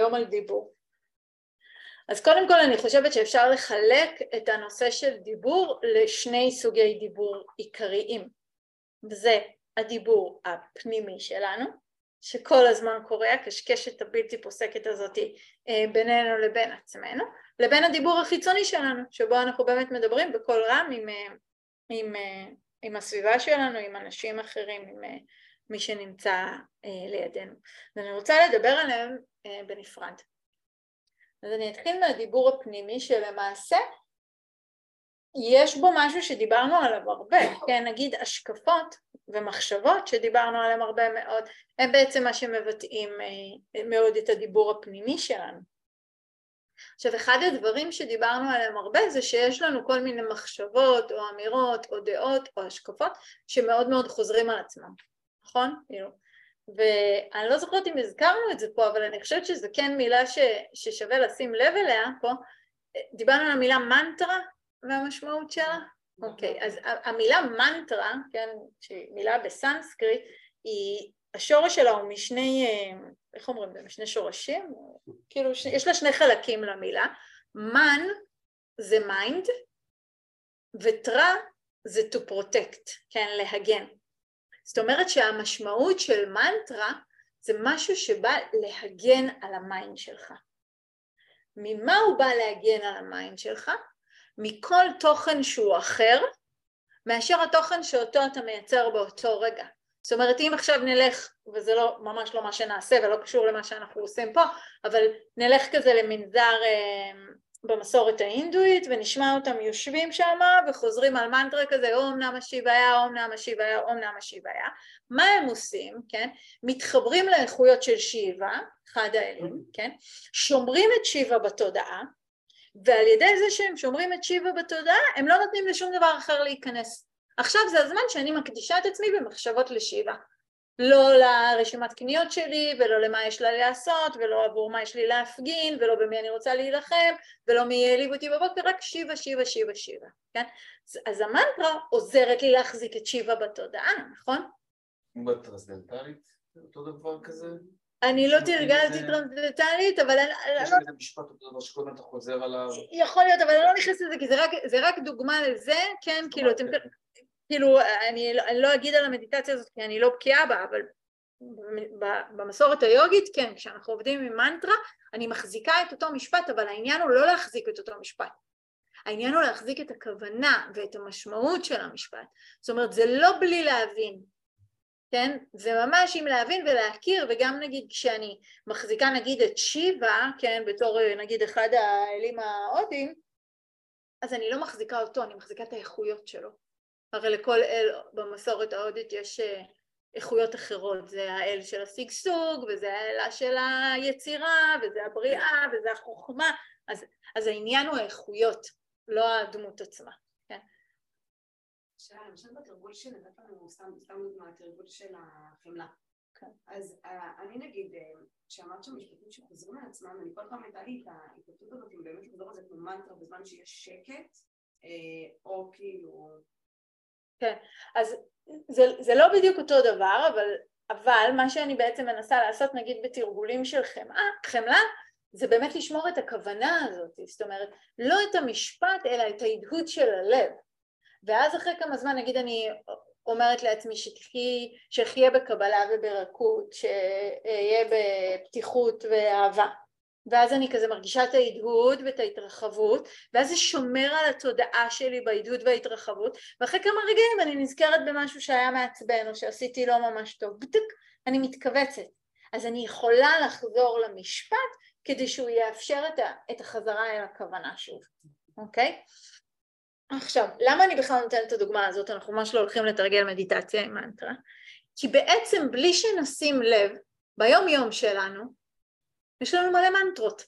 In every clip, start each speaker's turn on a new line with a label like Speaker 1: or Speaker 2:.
Speaker 1: היום על דיבור. אז קודם כל אני חושבת שאפשר לחלק את הנושא של דיבור לשני סוגי דיבור עיקריים. וזה הדיבור הפנימי שלנו, שכל הזמן קורה, הקשקשת הבלתי פוסקת הזאת בינינו לבין עצמנו, לבין הדיבור החיצוני שלנו, שבו אנחנו באמת מדברים בקול רם עם הסביבה שלנו, עם אנשים אחרים, עם מי שנמצא לידינו. ואני רוצה לדבר עליהם בנפרד. אז אני אתחיל מהדיבור הפנימי, שלמעשה יש בו משהו שדיברנו עליו הרבה, כן, נגיד השקפות ומחשבות שדיברנו עליהם הרבה מאוד, הם בעצם מה שמבטאים מאוד את הדיבור הפנימי שלנו. עכשיו, אחד הדברים שדיברנו עליהם הרבה זה שיש לנו כל מיני מחשבות או אמירות או דעות או השקפות שמאוד מאוד חוזרים על עצמם, נכון? ואני לא זוכרת אם הזכרנו את זה פה, אבל אני חושבת שזה כן מילה ששווה לשים לב אליה פה. דיברנו על המילה מנטרה והמשמעות שלה. אוקיי, אז המילה מנטרה, כן, שהיא מילה בסנסקריט, השורש שלה הוא משני, איך אומרים זה? משני שורשים? כאילו, יש לה שני חלקים למילה. מן זה מיינד, וטרה זה to protect, כן, להגן. זאת אומרת שהמשמעות של מנטרה זה משהו שבא להגן על המיינד שלך. ממה הוא בא להגן על המיינד שלך? מכל תוכן שהוא אחר, מאשר התוכן שאותו אתה מייצר באותו רגע. זאת אומרת, אם עכשיו נלך, וזה לא, ממש לא מה שנעשה ולא קשור למה שאנחנו עושים פה, אבל נלך כזה למנזר במסורת ההינדואית, ונשמע אותם יושבים שם וחוזרים על מנטרה כזה, אום נמא שיביה, אום נמא שיביה, אום נמא שיביה. מה הם עושים, כן? מתחברים לאיכויות של שיבה, אחד האלים, כן? שומרים את שיבה בתודעה, ועל ידי זה שהם שומרים את שיבה בתודעה, הם לא נותנים לשום דבר אחר להיכנס. עכשיו זה הזמן שאני מקדישה את עצמי במחשבות לשיבה. לא לרשימת קניות שלי, ולא למה יש לה לעשות, ולא עבור מה יש לי להפגין, ולא במי אני רוצה להילחם, ולא מי יעליב אותי בבוקר, רק שיבה, שיבה, שיבה, שיבה. כן? אז המנטרה עוזרת לי להחזיק את שיבה בתודעה, נכון?
Speaker 2: בטרנסדנטלית, אותו דבר כזה?
Speaker 1: אני לא תרגלתי טרנסדנטלית, אבל...
Speaker 2: יש לי את המשפט אותו דבר שכל הזמן אתה חוזר עליו.
Speaker 1: יכול להיות, אבל אני לא נכנסת לזה, כי זה רק דוגמה לזה, כן? כאילו, אני לא אגיד על המדיטציה הזאת, כי אני לא בקיאה בה, אבל במסורת היוגית, כן, כשאנחנו עובדים עם מנטרה, אני מחזיקה את אותו משפט, אבל העניין הוא לא להחזיק את אותו משפט. העניין הוא להחזיק את הכוונה ואת המשמעות של המשפט. זאת אומרת, זה לא בלי להבין, כן? זה ממש עם להבין ולהכיר, וגם נגיד כשאני מחזיקה נגיד את שיבה, כן, בתור נגיד אחד האלים ההודים, אז אני לא מחזיקה אותו, אני מחזיקה את האיכויות שלו. הרי לכל אל במסורת ההודית יש איכויות אחרות, זה האל של השגשוג, וזה האלה של היצירה, וזה הבריאה, וזה החוכמה, אז העניין הוא האיכויות, לא הדמות עצמה. כן?
Speaker 3: למשל בתרגול שנתת לנו, סתם דוגמה, התרגול של החמלה. כן. אז אני נגיד, שאמרת שהמשפטים שחוזרים מעצמם, אני כל פעם הייתה לי את ההתפתות הזאת, אם באמת לחזור על זה כמו מנטרה בזמן שיש שקט, או כאילו...
Speaker 1: כן, אז זה לא בדיוק אותו דבר, אבל מה שאני בעצם מנסה לעשות נגיד בתרגולים של חמלה, זה באמת לשמור את הכוונה הזאת, זאת אומרת, לא את המשפט אלא את ההדהוד של הלב. ואז אחרי כמה זמן נגיד אני אומרת לעצמי שחיה בקבלה וברכות, שיהיה בפתיחות ואהבה. ואז אני כזה מרגישה את ההדהוד ואת ההתרחבות, ואז זה שומר על התודעה שלי בהדהוד וההתרחבות, ואחרי כמה רגעים אני נזכרת במשהו שהיה מעצבן או שעשיתי לא ממש טוב, בדיוק אני מתכווצת. אז אני יכולה לחזור למשפט כדי שהוא יאפשר את החזרה אל הכוונה שוב, אוקיי? עכשיו, למה אני בכלל נותנת את הדוגמה הזאת? אנחנו ממש לא הולכים לתרגל מדיטציה עם מנטרה, כי בעצם בלי שנשים לב, ביום יום שלנו, יש לנו מלא מנטרות,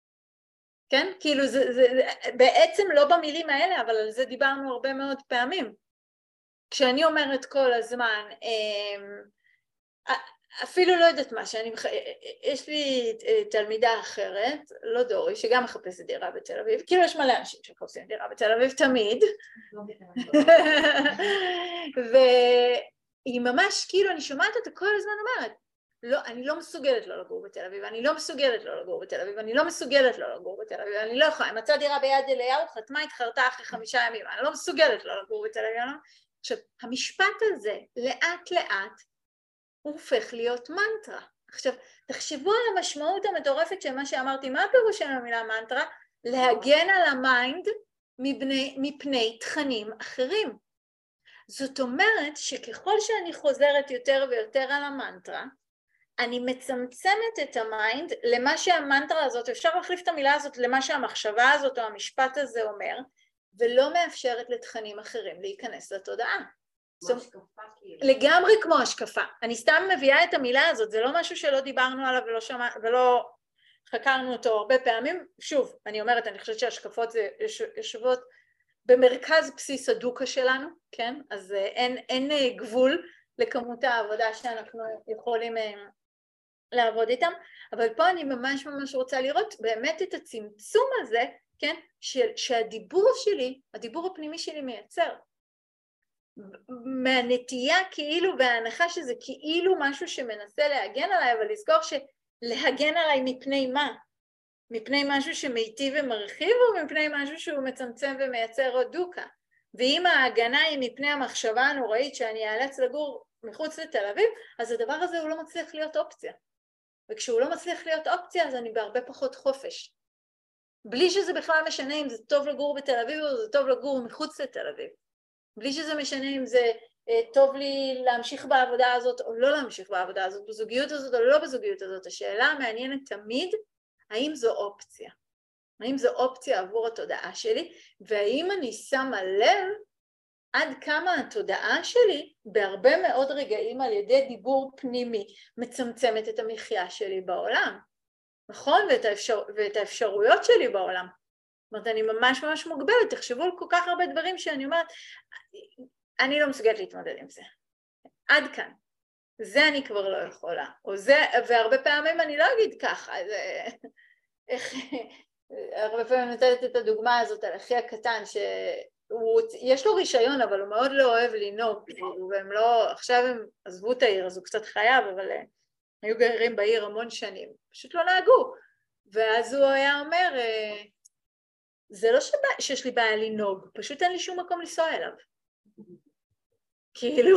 Speaker 1: כן? כאילו זה בעצם לא במילים האלה, אבל על זה דיברנו הרבה מאוד פעמים. כשאני אומרת כל הזמן, אפילו לא יודעת מה, יש לי תלמידה אחרת, לא דורי, שגם מחפשת דירה בתל אביב, כאילו יש מלא אנשים שמחפשים דירה בתל אביב תמיד, והיא ממש כאילו, אני שומעת אותה כל הזמן אומרת, לא, אני לא מסוגלת לא לגור בתל אביב, אני לא מסוגלת לא לגור בתל אביב, אני לא מסוגלת לא לגור בתל אביב, אני לא יכולה, מצאה דירה ביד אליהו, חתמה התחרתה אחרי 5 ימים, אני לא מסוגלת לא לגור בתל אביב. עכשיו, המשפט הזה לאט לאט הוא הופך להיות מנטרה. עכשיו, תחשבו על המשמעות המטורפת של מה שאמרתי, מה הפירוש של המילה מנטרה? להגן על המיינד מפני תכנים אחרים. זאת אומרת שככל שאני חוזרת יותר ויותר על המנטרה, אני מצמצמת את המיינד למה שהמנטרה הזאת, אפשר להחליף את המילה הזאת למה שהמחשבה הזאת או המשפט הזה אומר, ולא מאפשרת לתכנים אחרים להיכנס לתודעה. לגמרי כמו השקפה. אני סתם מביאה את המילה הזאת, זה לא משהו שלא דיברנו עליו ולא חקרנו אותו הרבה פעמים. שוב, אני אומרת, אני חושבת שהשקפות זה יושבות במרכז בסיס הדוקה שלנו, כן? אז אין גבול לכמות העבודה שאנחנו יכולים לעבוד איתם, אבל פה אני ממש רוצה לראות באמת את הצמצום הזה, כן? שהדיבור שלי, הדיבור הפנימי שלי מייצר. מהנטייה כאילו וההנחה שזה כאילו משהו שמנסה להגן עליי, אבל לזכור שלהגן עליי מפני מה? מפני משהו שמיטיב ומרחיב או מפני משהו שהוא מצמצם ומייצר עוד דוקה? ואם ההגנה היא מפני המחשבה הנוראית שאני אאלץ לגור מחוץ לתל אביב, אז הדבר הזה הוא לא מצליח להיות אופציה. וכשהוא לא מצליח להיות אופציה אז אני בהרבה פחות חופש. בלי שזה בכלל משנה אם זה טוב לגור בתל אביב או זה טוב לגור מחוץ לתל אביב. בלי שזה משנה אם זה טוב לי להמשיך בעבודה הזאת או לא להמשיך בעבודה הזאת, בזוגיות הזאת או לא בזוגיות הזאת. השאלה המעניינת תמיד, האם זו אופציה? האם זו אופציה עבור התודעה שלי? והאם אני שמה לב עד כמה התודעה שלי בהרבה מאוד רגעים על ידי דיבור פנימי מצמצמת את המחיה שלי בעולם, נכון? ואת האפשרויות שלי בעולם. זאת אומרת, אני ממש מוגבלת. תחשבו על כל כך הרבה דברים שאני אומרת, אני לא מסוגלת להתמודד עם זה. עד כאן. זה אני כבר לא יכולה. והרבה פעמים אני לא אגיד ככה. הרבה פעמים נותנת את הדוגמה הזאת על אחי הקטן, שיש לו רישיון, אבל הוא מאוד לא אוהב לנהוג, והם לא, עכשיו הם עזבו את העיר, אז הוא קצת חייב, אבל היו גרים בעיר המון שנים. פשוט לא נהגו. ואז הוא היה אומר, זה לא שיש לי בעיה לנהוג, פשוט אין לי שום מקום לנסוע אליו. כאילו,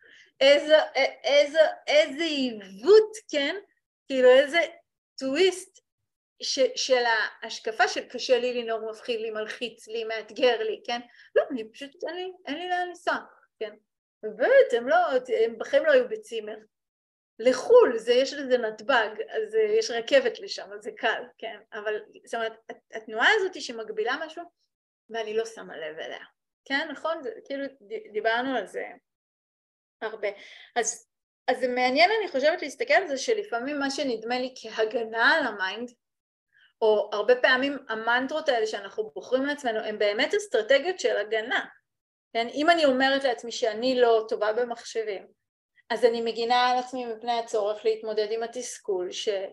Speaker 1: איזה עיוות, כן? כאילו, איזה טוויסט של ההשקפה של קשה לי לנהוג, מפחיד לי, מלחיץ לי, מאתגר לי, כן? לא, אני פשוט, אין לי לאן לנסוע, כן? ובאמת, הם בחיים לא היו בצימר. לחול, יש לזה נתב"ג, אז יש רכבת לשם, אז זה קל, כן? אבל זאת אומרת, התנועה הזאת שמגבילה משהו, ואני לא שמה לב אליה, כן? נכון? כאילו דיברנו על זה הרבה. אז זה מעניין, אני חושבת להסתכל על זה, שלפעמים מה שנדמה לי כהגנה על המיינד, או הרבה פעמים המנטרות האלה שאנחנו בוחרים לעצמנו, הן באמת אסטרטגיות של הגנה. כן? אם אני אומרת לעצמי שאני לא טובה במחשבים, אז אני מגינה על עצמי מפני הצורך להתמודד עם התסכול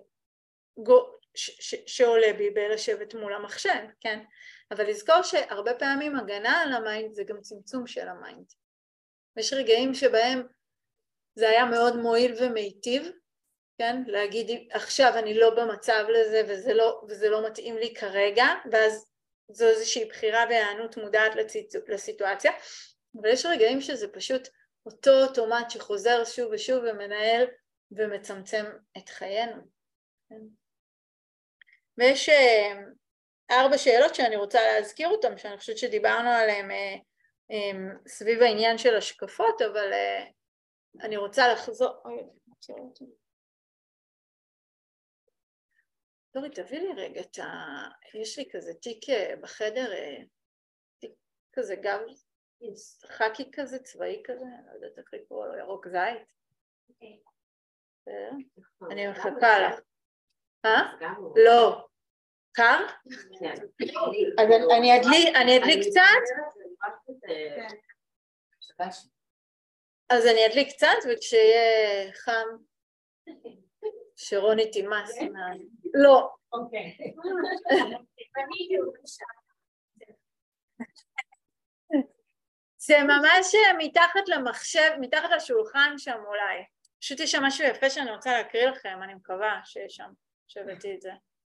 Speaker 1: שעולה בי בלשבת מול המחשב, כן? אבל לזכור שהרבה פעמים הגנה על המיינד זה גם צמצום של המיינד. יש רגעים שבהם זה היה מאוד מועיל ומיטיב, כן? להגיד עכשיו אני לא במצב לזה וזה לא מתאים לי כרגע, ואז זו איזושהי בחירה והיענות מודעת לסיטואציה, אבל יש רגעים שזה פשוט אותו אוטומט שחוזר שוב ושוב ומנהל ומצמצם את חיינו. ויש 4 שאלות שאני רוצה להזכיר אותן, שאני חושבת שדיברנו עליהן סביב העניין של השקפות, אבל אני רוצה לחזור... דורי, תביא לי רגע יש לי כזה תיק בחדר, תיק כזה גב, חקי כזה, צבאי כזה, אני לא יודעת איך לקרוא לו, ירוק זית. אני מחכה לך. לא. קר? אז אני אדליק קצת? אז אני אדליק קצת, וכשיהיה חם, שרוני תימס. לא. אוקיי. זה ממש מתחת למחשב, מתחת לשולחן שם אולי. פשוט יש שם משהו יפה שאני רוצה להקריא לכם, אני מקווה שיש שם, שהבאתי את זה.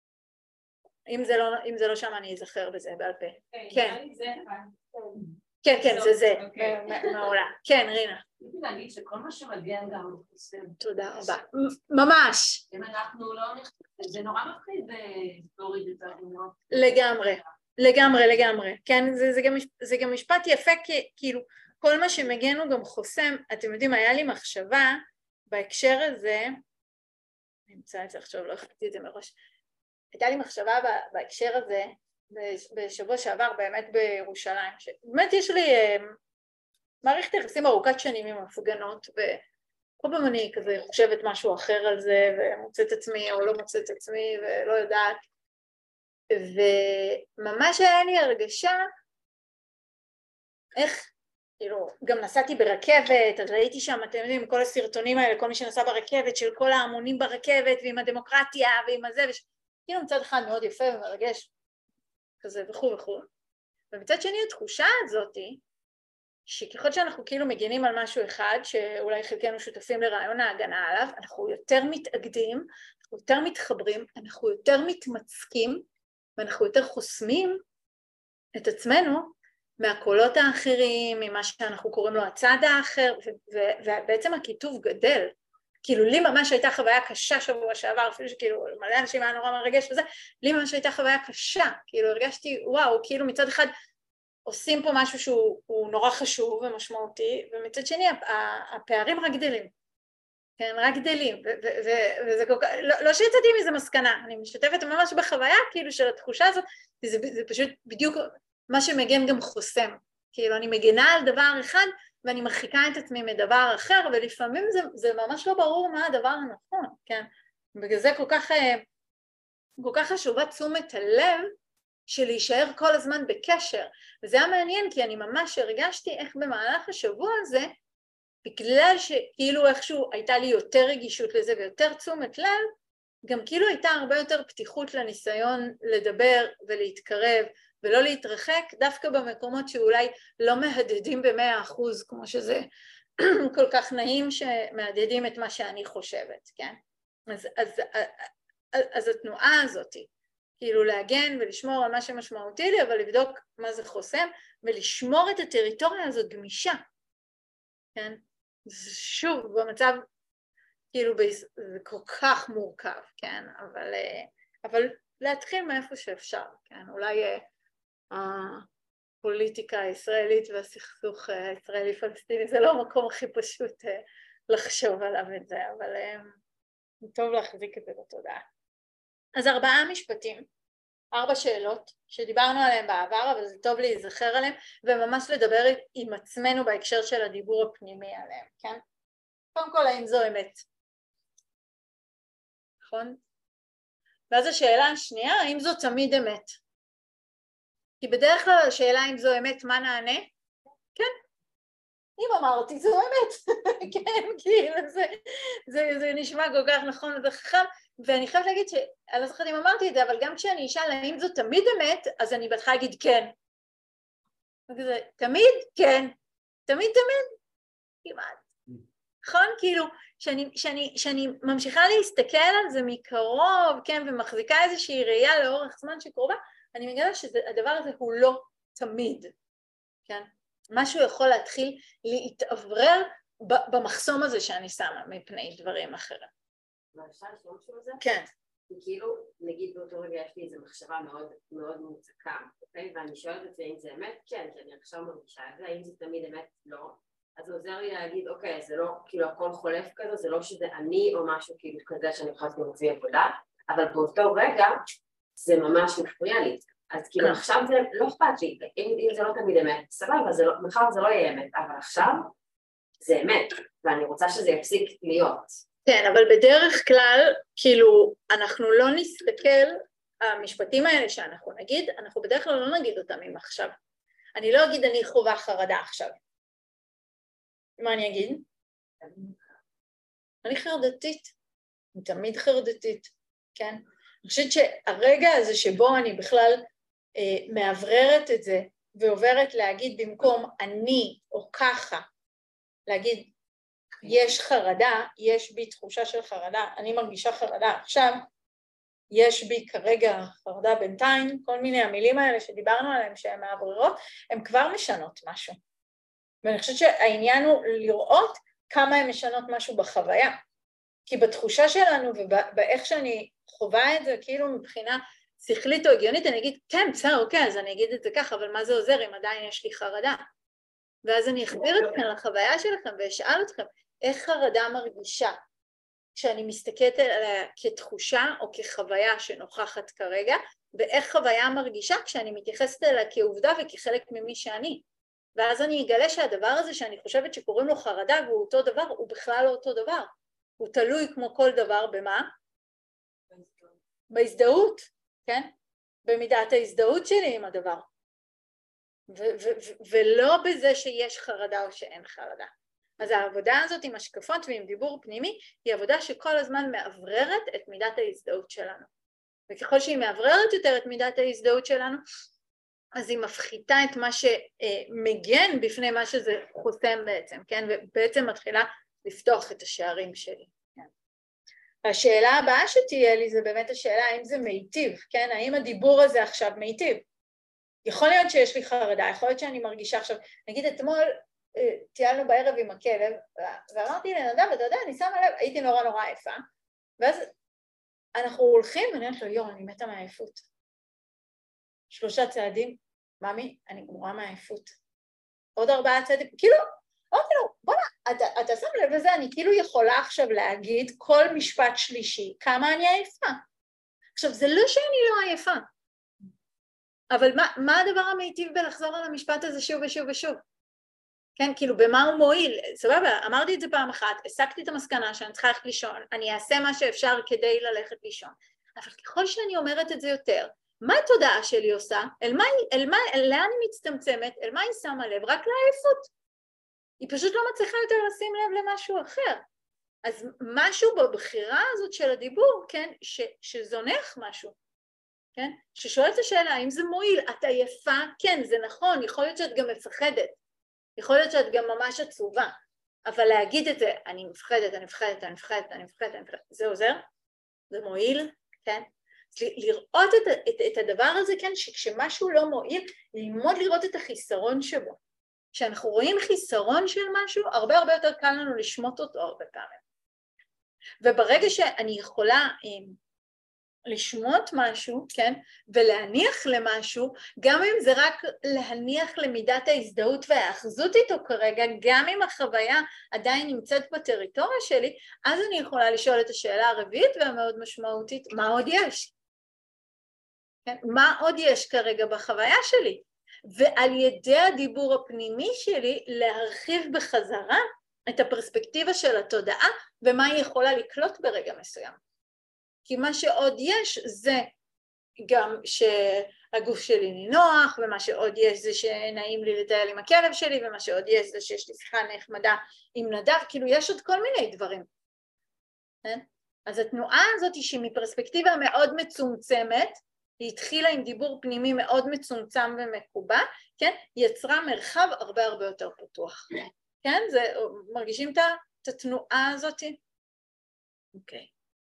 Speaker 1: אם זה לא שם אני אזכר בזה בעל פה. כן. כן, זה. מעולה. כן, רינה.
Speaker 3: הייתי להגיד שכל מה שמגן גם חוסם.
Speaker 1: תודה רבה. ממש.
Speaker 3: אם אנחנו לא זה נורא מפחיד להוריד את האמונות.
Speaker 1: לגמרי. כן, זה גם משפט יפה, כאילו, כל מה שמגן הוא גם חוסם. אתם יודעים, היה לי מחשבה בהקשר הזה, אני אמצא את זה עכשיו, לא החלטתי את זה מראש, הייתה לי מחשבה בהקשר הזה, בשבוע שעבר באמת בירושלים, שבאמת יש לי מערכת יחסים ארוכת שנים עם הפגנות, וכל פעם אני כזה חושבת משהו אחר על זה, ומוצאת עצמי או לא מוצאת עצמי, ולא יודעת, וממש היה לי הרגשה, איך, כאילו, גם נסעתי ברכבת, אז ראיתי שם, אתם יודעים, כל הסרטונים האלה, כל מי שנסע ברכבת, של כל ההמונים ברכבת, ועם הדמוקרטיה, ועם הזה, כאילו מצד אחד מאוד יפה ומרגש, כזה וכו'. ומצד שני התחושה הזאת היא, שככל שאנחנו כאילו מגינים על משהו אחד, שאולי חלקנו שותפים לרעיון ההגנה עליו, אנחנו יותר מתאגדים, אנחנו יותר מתחברים, אנחנו יותר מתמצקים, ואנחנו יותר חוסמים את עצמנו מהקולות האחרים, ממה שאנחנו קוראים לו הצד האחר, ובעצם הכיתוב גדל. כאילו לי ממש הייתה חוויה קשה שבוע שעבר, אפילו שכאילו מלא אנשים היה נורא מרגש וזה, לי ממש הייתה חוויה קשה, כאילו הרגשתי וואו, כאילו מצד אחד עושים פה משהו שהוא נורא חשוב ומשמעותי, ומצד שני הפערים רק גדלים, כן, רק גדלים, וזה כל כך, לא שיצאתי מזה מסקנה, אני משתתפת ממש בחוויה כאילו של התחושה הזאת, זה פשוט בדיוק מה שמגן גם חוסם, כאילו אני מגנה על דבר אחד, ואני מרחיקה את עצמי מדבר אחר, ולפעמים זה ממש לא ברור מה הדבר הנכון, כן? בגלל זה כל כך חשובה תשומת הלב של להישאר כל הזמן בקשר, וזה היה מעניין כי אני ממש הרגשתי איך במהלך השבוע הזה, בגלל שכאילו איכשהו הייתה לי יותר רגישות לזה ויותר תשומת לב, גם כאילו הייתה הרבה יותר פתיחות לניסיון לדבר ולהתקרב, ולא להתרחק דווקא במקומות שאולי לא מהדהדים ב100%, כמו שזה כל כך נעים שמהדהדים את מה שאני חושבת, כן? אז התנועה הזאת, כאילו להגן ולשמור על מה שמשמעותי לי, אבל לבדוק מה זה חוסם, ולשמור את הטריטוריה הזאת גמישה, כן? שוב, במצב, כאילו זה כל כך מורכב, כן? אבל להתחיל מאיפה שאפשר, כן? אולי הפוליטיקה הישראלית והסכסוך הישראלי-פלסטיני זה לא המקום הכי פשוט לחשוב עליו את זה, אבל טוב להחזיק את זה בתודעה. אז 4 משפטים, 4 שאלות שדיברנו עליהן בעבר, אבל זה טוב להיזכר עליהן, וממש לדבר עם עצמנו בהקשר של הדיבור הפנימי עליהן, כן? קודם כל, האם זו אמת? נכון? ואז השאלה השנייה, האם זו תמיד אמת? כי בדרך כלל השאלה אם זו אמת, מה נענה? כן. אם אמרתי, זו אמת. כן, כאילו, זה נשמע כל כך נכון וזה חכם, ואני חייבת להגיד אני לא זוכרת אם אמרתי את זה, אבל גם כשאני אשאל האם זו תמיד אמת, אז אני בהתחלה אגיד כן. תמיד? כן. תמיד? כמעט. נכון? כאילו, שאני ממשיכה להסתכל על זה מקרוב, כן, ומחזיקה איזושהי ראייה לאורך זמן שקרובה, אני מגלה שהדבר הזה הוא לא תמיד, כן? משהו יכול להתחיל להתאוורר במחסום הזה שאני שמה מפני דברים אחרים.
Speaker 3: מה אפשר לשאול משהו על זה?
Speaker 1: כן.
Speaker 3: כאילו, נגיד באותו רגע יש לי איזו מחשבה מאוד מאוד מוצקה, אוקיי? ואני שואלת את זה אם זה אמת? כן, כי אני עכשיו מרגישה את זה, האם זה תמיד אמת? לא. אז זה עוזר לי להגיד, אוקיי, זה לא, כאילו הכל חולף כזה, זה לא שזה אני או משהו כאילו כזה שאני יכולה להוציא עבודה, אבל באותו רגע זה ממש מפריע לי. אז כאילו עכשיו זה לא אכפת לי, אם זה לא תמיד אמת, סבבה, מחר זה לא יהיה אמת, אבל עכשיו זה אמת, ואני רוצה שזה יפסיק להיות.
Speaker 1: כן, אבל בדרך כלל, כאילו, אנחנו לא נסתכל, המשפטים האלה שאנחנו נגיד, אנחנו בדרך כלל לא נגיד אותם עם עכשיו. אני לא אגיד אני חווה חרדה עכשיו. מה אני אגיד? אני חרדתית, אני תמיד חרדתית, כן? אני חושבת שהרגע הזה שבו אני בכלל מעבררת את זה, ועוברת להגיד במקום אני או ככה, להגיד יש חרדה, יש בי תחושה של חרדה, אני מרגישה חרדה עכשיו, יש בי כרגע חרדה בינתיים, כל מיני המילים האלה שדיברנו עליהם שהן מעברירות, הן כבר משנות משהו. ואני חושבת שהעניין הוא לראות כמה הן משנות משהו בחוויה. כי בתחושה שלנו ובאיך שאני חווה את זה, כאילו מבחינה שכלית או הגיונית, אני אגיד, כן, בסדר, אוקיי, אז אני אגיד את זה ככה, אבל מה זה עוזר אם עדיין יש לי חרדה? ואז אני אחזיר אתכם לחוויה שלכם ואשאל אתכם, איך חרדה מרגישה כשאני מסתכלת עליה כתחושה או כחוויה שנוכחת כרגע, ואיך חוויה מרגישה כשאני מתייחסת אליה כעובדה וכחלק ממי שאני. ואז אני אגלה שהדבר הזה שאני חושבת שקוראים לו חרדה והוא אותו דבר, הוא בכלל לא אותו דבר. הוא תלוי כמו כל דבר במה? בהזדהות, כן? במידת ההזדהות שלי עם הדבר. ולא בזה שיש חרדה או שאין חרדה. אז העבודה הזאת עם השקפות ועם דיבור פנימי היא עבודה שכל הזמן מאווררת את מידת ההזדהות שלנו. וככל שהיא מאווררת יותר את מידת ההזדהות שלנו, אז היא מפחיתה את מה שמגן בפני מה שזה חוסם בעצם, כן? ובעצם מתחילה לפתוח את השערים שלי. כן? השאלה הבאה שתהיה לי זה באמת השאלה האם זה מיטיב, כן? האם הדיבור הזה עכשיו מיטיב? יכול להיות שיש לי חרדה, יכול להיות שאני מרגישה עכשיו, נגיד אתמול טיילנו בערב עם הכלב, ואמרתי לנדב, אתה יודע, אני שמה לב, הייתי נורא עייפה, ואז אנחנו הולכים, ואני אומרת לו, יו, אני מתה מהעייפות. 3 צעדים, ממי, אני גמורה מהעייפות. עוד 4 צעדים, כאילו, אמרתי לו, בוא'נה, אתה שם לב לזה, אני כאילו יכולה עכשיו להגיד כל משפט שלישי, כמה אני עייפה. עכשיו, זה לא שאני לא עייפה, אבל מה הדבר המיטיב בלחזור על המשפט הזה שוב ושוב ושוב? כן, כאילו במה הוא מועיל, סבבה, אמרתי את זה פעם אחת, הסקתי את המסקנה שאני צריכה ללכת לישון, אני אעשה מה שאפשר כדי ללכת לישון, אבל ככל שאני אומרת את זה יותר, מה התודעה שלי עושה? לאן היא מצטמצמת? אל מה היא שמה לב? רק לעייפות. היא פשוט לא מצליחה יותר לשים לב למשהו אחר. אז משהו בבחירה הזאת של הדיבור, כן, שזונח משהו, כן, ששואל את השאלה, האם זה מועיל? את עייפה? כן, זה נכון, יכול להיות שאת גם מפחדת. יכול להיות שאת גם ממש עצובה, אבל להגיד את זה, אני מפחדת, זה עוזר? זה מועיל? כן? לראות את הדבר הזה, כן, שכשמשהו לא מועיל, ללמוד לראות את החיסרון שבו. כשאנחנו רואים חיסרון של משהו, הרבה יותר קל לנו לשמוט אותו הרבה פעמים. וברגע שאני יכולה לשמוט משהו, כן, ולהניח למשהו, גם אם זה רק להניח למידת ההזדהות והאחזות איתו כרגע, גם אם החוויה עדיין נמצאת בטריטוריה שלי, אז אני יכולה לשאול את השאלה הרביעית והמאוד משמעותית, מה עוד יש? כן? מה עוד יש כרגע בחוויה שלי? ועל ידי הדיבור הפנימי שלי להרחיב בחזרה את הפרספקטיבה של התודעה ומה היא יכולה לקלוט ברגע מסוים. כי מה שעוד יש זה גם שהגוף שלי נינוח, ומה שעוד יש זה שנעים לי לטייל עם הכלב שלי, ומה שעוד יש זה שיש לי שיחה נחמדה עם נדב, כאילו יש עוד כל מיני דברים. כן? אז התנועה הזאת שהיא מפרספקטיבה מאוד מצומצמת, היא התחילה עם דיבור פנימי מאוד מצומצם ומקובע, כן? יצרה מרחב הרבה יותר פתוח. כן? מרגישים את התנועה הזאת? אוקיי.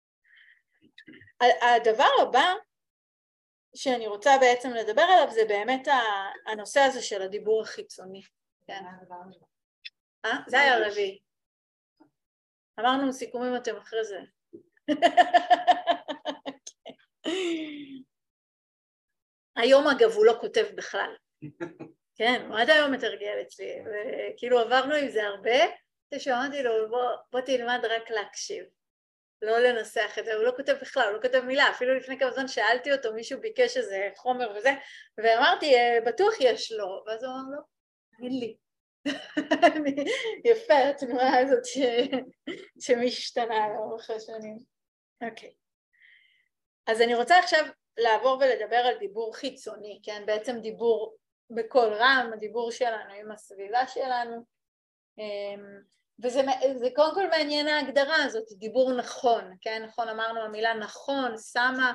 Speaker 1: הדבר הבא שאני רוצה בעצם לדבר עליו זה באמת הנושא הזה של הדיבור החיצוני. כן. זה היה הרביעי. אמרנו סיכומים אתם אחרי זה. היום אגב הוא לא כותב בכלל. כן, הוא עד היום מתרגל אצלי, וכאילו עברנו עם זה הרבה, ששמעתי לו בוא תלמד רק להקשיב. לא לנסח את זה, הוא לא כותב בכלל, הוא לא כותב מילה, אפילו לפני כמה זמן שאלתי אותו, מישהו ביקש איזה חומר וזה, ואמרתי, בטוח יש לו, ואז הוא אמר לו, אין לי. יפה, התנועה הזאת שמשתנה לאורך השנים. אוקיי. אז אני רוצה עכשיו לעבור ולדבר על דיבור חיצוני, כן? בעצם דיבור בקול רם, הדיבור שלנו עם הסביבה שלנו, וזה קודם כל מעניין ההגדרה הזאת, דיבור נכון, כן? נכון, אמרנו המילה נכון, שמה,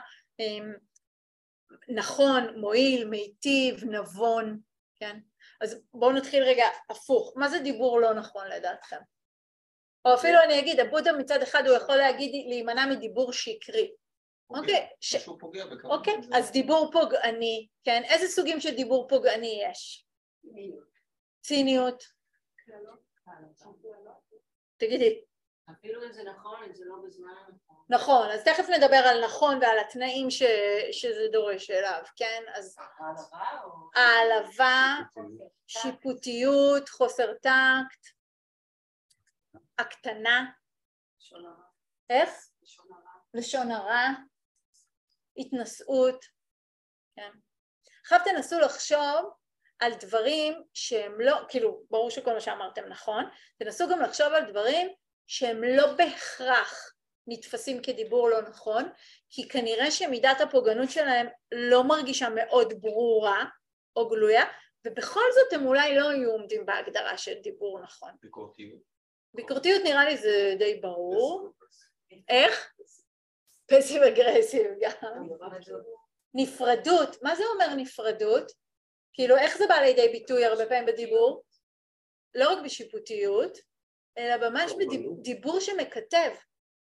Speaker 1: נכון, מועיל, מיטיב, נבון, כן? אז בואו נתחיל רגע הפוך, מה זה דיבור לא נכון לדעתכם? או אפילו אני אגיד, הבודה מצד אחד הוא יכול להגיד להימנע מדיבור שקרי. אוקיי,
Speaker 2: משהו פוגע בכמה.
Speaker 1: אוקיי, אז דיבור פוגעני, כן? איזה סוגים של דיבור פוגעני יש? ציניות. תגידי.
Speaker 4: אפילו אם זה נכון, אם זה לא בזמן הנכון.
Speaker 1: נכון, אז תכף נדבר על נכון ועל התנאים שזה דורש אליו, כן? אז העלבה, שיפוטיות, חוסר טקט, הקטנה. איך? לשון הרע, התנשאות, כן. עכשיו תנסו לחשוב על דברים שהם לא, כאילו, ברור שכל מה שאמרתם נכון, תנסו גם לחשוב על דברים שהם לא בהכרח נתפסים כדיבור לא נכון, כי כנראה שמידת הפוגענות שלהם לא מרגישה מאוד ברורה או גלויה, ובכל זאת הם אולי לא יהיו עומדים בהגדרה של דיבור נכון.
Speaker 2: ביקורתיות.
Speaker 1: ביקורתיות נראה לי זה די ברור. איך? פסיב אגרסיב גם. נפרדות, מה זה אומר נפרדות? כאילו איך זה בא לידי ביטוי הרבה פעמים בדיבור? לא רק בשיפוטיות, אלא ממש בדיבור שמכתב.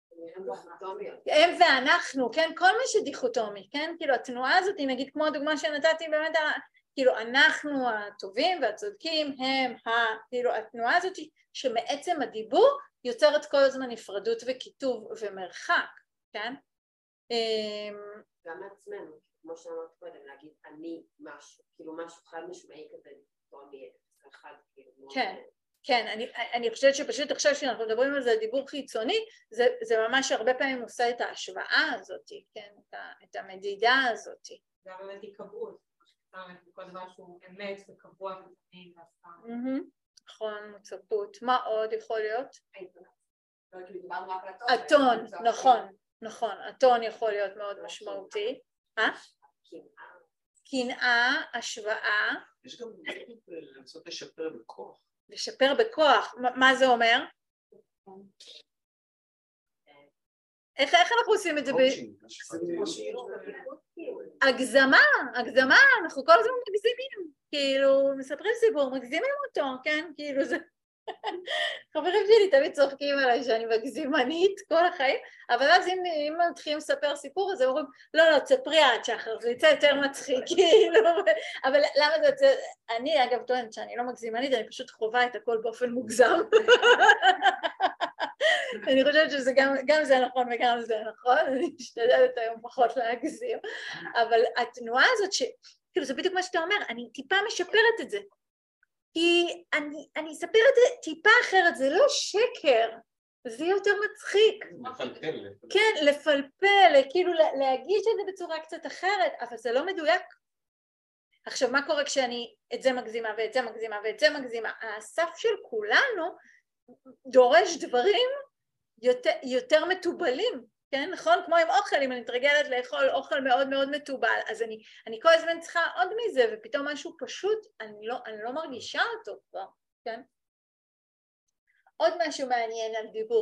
Speaker 1: הם ואנחנו, כן? כל מה שדיכוטומי, כן? כאילו התנועה הזאת, נגיד כמו הדוגמה שנתתי באמת, כאילו אנחנו הטובים והצודקים, כאילו התנועה הזאת שמעצם הדיבור יוצרת כל הזמן נפרדות וכיתוב ומרחק, כן?
Speaker 4: גם מעצמנו, כמו שאמרת קודם, להגיד אני משהו, כאילו משהו חד משמעי כזה, אחד, כאילו.
Speaker 1: כן, כן, אני חושבת שפשוט עכשיו שאנחנו מדברים על זה, דיבור חיצוני, זה ממש הרבה פעמים עושה את ההשוואה הזאת, כן, את המדידה הזאת.
Speaker 5: זה באמת היקבעות, כל דבר שהוא אמת וקבוע ותמיד והסתם.
Speaker 1: נכון, מוצפות. מה עוד יכול להיות?
Speaker 3: הטון.
Speaker 1: הטון, נכון, נכון, הטון יכול להיות מאוד משמעותי. קנאה, השוואה.
Speaker 2: יש גם לנסות לשפר בכוח.
Speaker 1: לשפר בכוח, מה זה אומר? איך אנחנו עושים את זה? הגזמה, אנחנו כל הזמן מגזימים, כאילו מספרים סיפור, מגזימים אותו, כן? כאילו זה... חברים שלי תמיד צוחקים עליי שאני מגזימנית כל החיים, אבל אז אם מתחילים לספר סיפור אז הם אומרים, לא, תספרי את שחר, זה יצא יותר מצחיק, כאילו, אבל למה זה יוצא? אני אגב טוענת שאני לא מגזימנית, אני פשוט חווה את הכל באופן מוגזם. אני חושבת שזה גם זה נכון וגם זה נכון, אני משתדלת היום פחות להגזים, אבל התנועה הזאת כאילו זה בדיוק מה שאתה אומר, אני טיפה משפרת את זה, כי אני אספר את זה טיפה אחרת, זה לא שקר, זה יהיה יותר מצחיק.
Speaker 2: לפלפל.
Speaker 1: כן, לפלפל, כאילו להגיש את זה בצורה קצת אחרת, אבל זה לא מדויק. עכשיו, מה קורה כשאני את זה מגזימה ואת זה מגזימה ואת זה מגזימה? הסף של כולנו דורש דברים יותר מתובלים, כן? נכון? כמו עם אוכל, אם אני מתרגלת לאכול אוכל מאוד מאוד מתובל, אז אני כל הזמן צריכה עוד מזה, ופתאום משהו פשוט, אני לא מרגישה אותו כבר, כן? עוד משהו מעניין על דיבור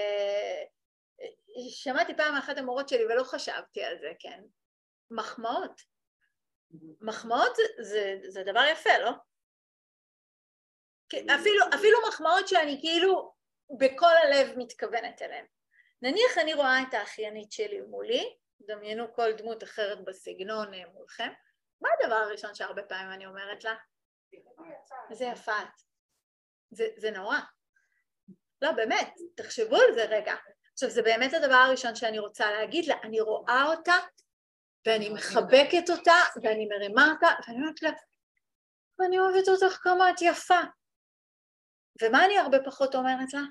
Speaker 1: ששמעתי פעם מאחת המורות שלי ולא חשבתי על זה, כן? מחמאות. מחמאות זה דבר יפה, לא? אפילו מחמאות שאני כאילו בכל הלב מתכוונת אליהן. נניח אני רואה את האחיינית שלי מולי, דמיינו כל דמות אחרת בסגנון מולכם, מה הדבר הראשון שהרבה פעמים אני אומרת לה? איזה יפה את. זה נורא. לא, באמת, תחשבו על זה רגע. עכשיו, זה באמת הדבר הראשון שאני רוצה להגיד לה, אני רואה אותה, ואני מחבקת אותה, ואני מרימה אותה, ואני אומרת לה, ואני אוהבת אותך כמה את יפה. ומה אני הרבה פחות אומרת לה?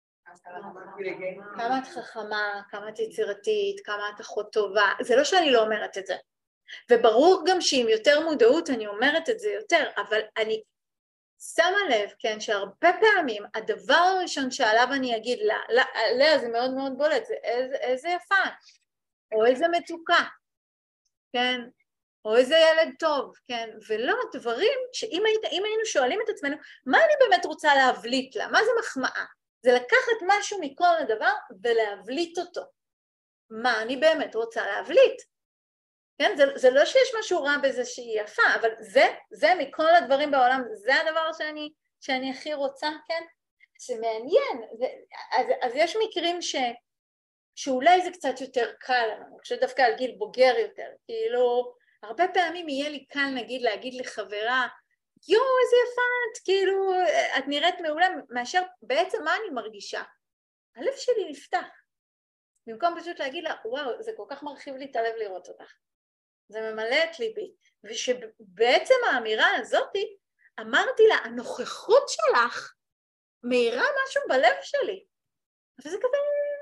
Speaker 1: כמה את חכמה, כמה את יצירתית, כמה את אחות טובה, זה לא שאני לא אומרת את זה. וברור גם שעם יותר מודעות אני אומרת את זה יותר, אבל אני שמה לב, כן, שהרבה פעמים הדבר הראשון שעליו אני אגיד לה, זה מאוד מאוד בולט, זה איזה יפה, או איזה מתוקה, כן, או איזה ילד טוב, כן, ולא דברים שאם היינו שואלים את עצמנו, מה אני באמת רוצה להבליט לה, מה זה מחמאה? זה לקחת משהו מכל הדבר ולהבליט אותו. מה אני באמת רוצה להבליט? כן, זה לא שיש משהו רע בזה שהיא יפה, אבל זה מכל הדברים בעולם, זה הדבר שאני הכי רוצה, כן? זה מעניין, אז יש מקרים שאולי זה קצת יותר קל לנו, כשדווקא על גיל בוגר יותר, כאילו הרבה פעמים יהיה לי קל נגיד להגיד לחברה, יו איזה יפה את, כאילו את נראית מעולה, מאשר בעצם מה אני מרגישה? הלב שלי נפתח, במקום פשוט להגיד לה וואו זה כל כך מרחיב לי את הלב לראות אותך, זה ממלא את ליבי, ושבעצם האמירה הזאת אמרתי לה הנוכחות שלך מאירה משהו בלב שלי, וזה כזה,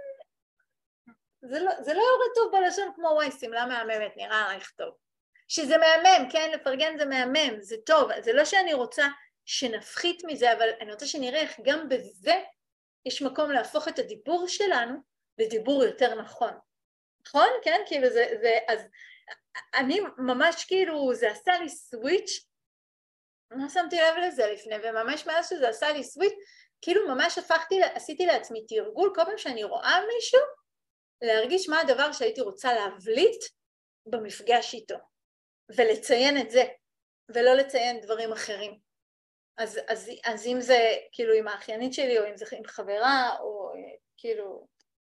Speaker 1: זה לא יורד טוב בלשון כמו וואי שמלה מהממת נראה עלייך טוב, שזה מהמם, כן, לפרגן זה מהמם, זה טוב, זה לא שאני רוצה שנפחית מזה, אבל אני רוצה שנראה איך גם בזה יש מקום להפוך את הדיבור שלנו לדיבור יותר נכון, נכון? כן, כאילו זה אז אני ממש כאילו זה עשה לי סוויץ', לא שמתי לב לזה לפני, וממש מאז שזה עשה לי סוויץ', כאילו ממש עשיתי לעצמי תרגול כל פעם שאני רואה מישהו, להרגיש מה הדבר שהייתי רוצה להבליט במפגש איתו, ולציין את זה, ולא לציין דברים אחרים. אז אם זה כאילו עם האחיינית שלי, או אם זה עם חברה, או כאילו...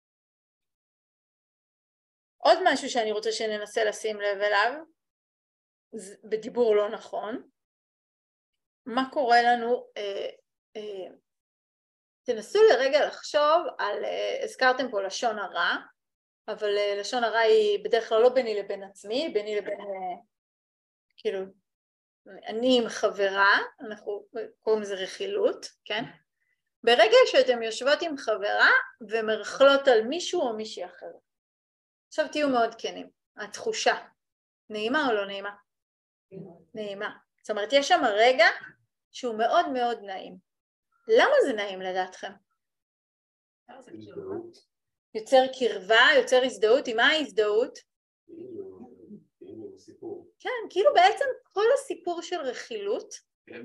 Speaker 1: עוד משהו שאני רוצה שננסה לשים לב אליו, בדיבור לא נכון, מה קורה לנו, תנסו לרגע לחשוב על, הזכרתם פה לשון הרע, אבל לשון הרע היא בדרך כלל לא ביני לבין עצמי, ביני לבין, כאילו, אני עם חברה, אנחנו קוראים לזה רכילות, כן? ברגע שאתם יושבות עם חברה ומרכלות על מישהו או מישהי אחר. עכשיו תהיו מאוד כנים, התחושה, נעימה או לא נעימה? נעימה. זאת אומרת, יש שם רגע שהוא מאוד מאוד נעים. למה זה נעים לדעתכם? יוצר קרבה, יוצר הזדהות, עם מה ההזדהות? כן, כאילו בעצם כל הסיפור של רכילות,